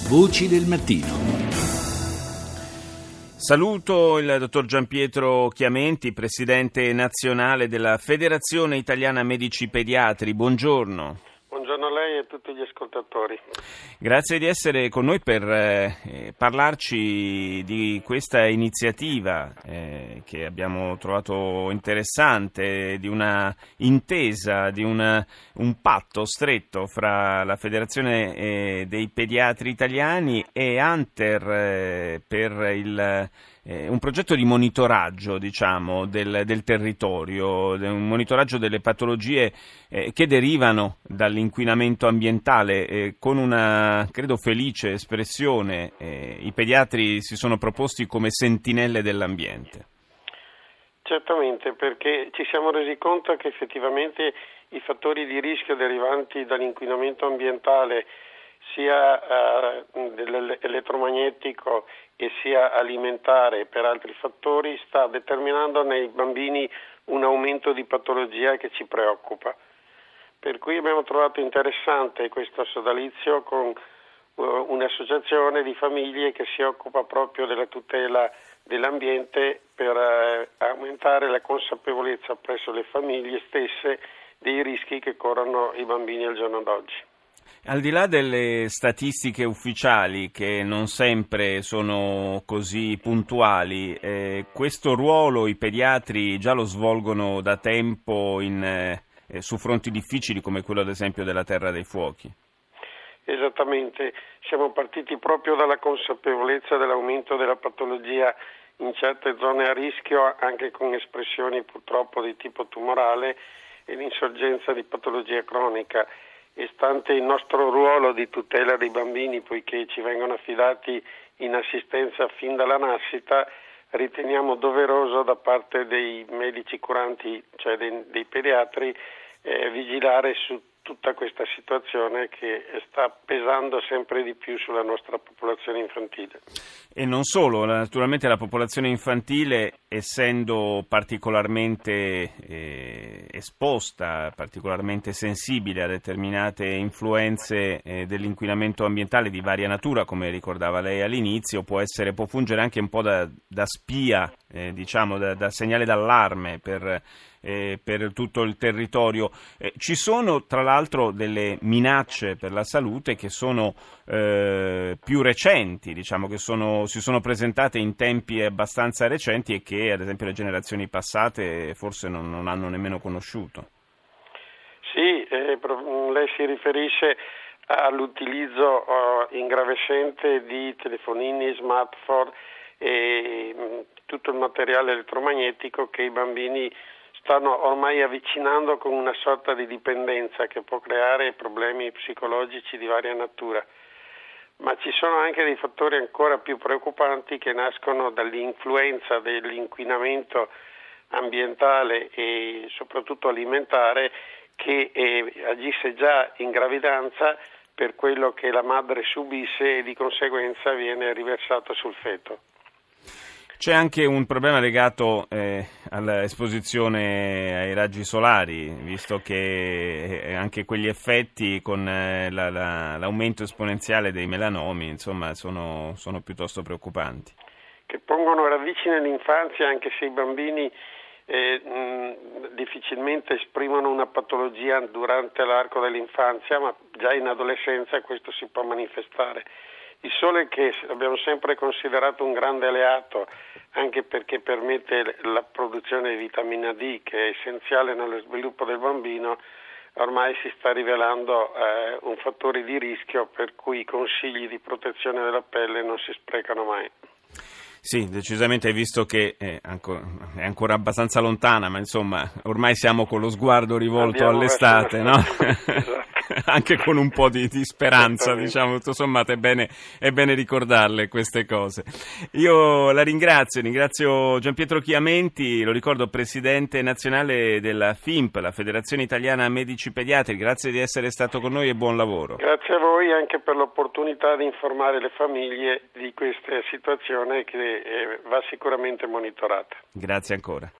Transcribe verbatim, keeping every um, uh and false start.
Voci del mattino. Saluto il dottor Gianpietro Chiamenti, presidente nazionale della Federazione Italiana Medici Pediatri. Buongiorno. Buongiorno a lei e a tutti gli ascoltatori. Grazie di essere con noi per eh, parlarci di questa iniziativa eh, che abbiamo trovato interessante, di una intesa, di una, un patto stretto fra la Federazione eh, dei Pediatri Italiani e Anter eh, per il Eh, un progetto di monitoraggio, diciamo, del, del territorio, un monitoraggio delle patologie eh, che derivano dall'inquinamento ambientale, eh, con una, credo, felice espressione. Eh, i pediatri si sono proposti come sentinelle dell'ambiente. Certamente, perché ci siamo resi conto che effettivamente i fattori di rischio derivanti dall'inquinamento ambientale, sia eh, dell'elettromagnetico e sia alimentare e per altri fattori, sta determinando nei bambini un aumento di patologia che ci preoccupa. Per cui abbiamo trovato interessante questo sodalizio con uh, un'associazione di famiglie che si occupa proprio della tutela dell'ambiente per uh, aumentare la consapevolezza presso le famiglie stesse dei rischi che corrono i bambini al giorno d'oggi. Al di là delle statistiche ufficiali, che non sempre sono così puntuali, eh, questo ruolo i pediatri già lo svolgono da tempo in, eh, su fronti difficili come quello ad esempio della Terra dei Fuochi. Esattamente, siamo partiti proprio dalla consapevolezza dell'aumento della patologia in certe zone a rischio, anche con espressioni purtroppo di tipo tumorale e l'insorgenza di patologia cronica. E stante il nostro ruolo di tutela dei bambini, poiché ci vengono affidati in assistenza fin dalla nascita, riteniamo doveroso da parte dei medici curanti, cioè dei, dei pediatri, eh, vigilare su tutta questa situazione che sta pesando sempre di più sulla nostra popolazione infantile. E non solo, naturalmente la popolazione infantile, essendo particolarmente eh, esposta, particolarmente sensibile a determinate influenze eh, dell'inquinamento ambientale di varia natura, come ricordava lei all'inizio, può essere, può fungere anche un po' da, da spia, eh, diciamo, da, da segnale d'allarme per Eh, per tutto il territorio. Eh, ci sono tra l'altro delle minacce per la salute che sono eh, più recenti, diciamo che sono, si sono presentate in tempi abbastanza recenti e che ad esempio le generazioni passate forse non, non hanno nemmeno conosciuto. Sì, eh, lei si riferisce all'utilizzo uh, ingravescente di telefonini, smartphone e mh, tutto il materiale elettromagnetico che i bambini stanno ormai avvicinando con una sorta di dipendenza che può creare problemi psicologici di varia natura. Ma ci sono anche dei fattori ancora più preoccupanti che nascono dall'influenza dell'inquinamento ambientale e soprattutto alimentare, che eh, agisse già in gravidanza per quello che la madre subisce e di conseguenza viene riversato sul feto. C'è anche un problema legato eh, all'esposizione ai raggi solari, visto che anche quegli effetti con eh, la, la, l'aumento esponenziale dei melanomi, insomma, sono, sono piuttosto preoccupanti. Che pongono radici nell'infanzia, anche se i bambini eh, mh, difficilmente esprimono una patologia durante l'arco dell'infanzia, ma già in adolescenza questo si può manifestare. Il sole, che abbiamo sempre considerato un grande alleato, anche perché permette la produzione di vitamina D, che è essenziale nello sviluppo del bambino, ormai si sta rivelando eh, un fattore di rischio, per cui i consigli di protezione della pelle non si sprecano mai. Sì, decisamente, hai visto che è ancora, è ancora abbastanza lontana, ma insomma ormai siamo con lo sguardo rivolto Andiamo all'estate, no? Esatto. Anche con un po' di, di speranza, diciamo, tutto sommato è bene, è bene ricordarle queste cose. Io la ringrazio, ringrazio Gianpietro Chiamenti, lo ricordo presidente nazionale della F I M P, la Federazione Italiana Medici Pediatri, grazie di essere stato con noi e buon lavoro. Grazie a voi anche per l'opportunità di informare le famiglie di questa situazione che eh, va sicuramente monitorata. Grazie ancora.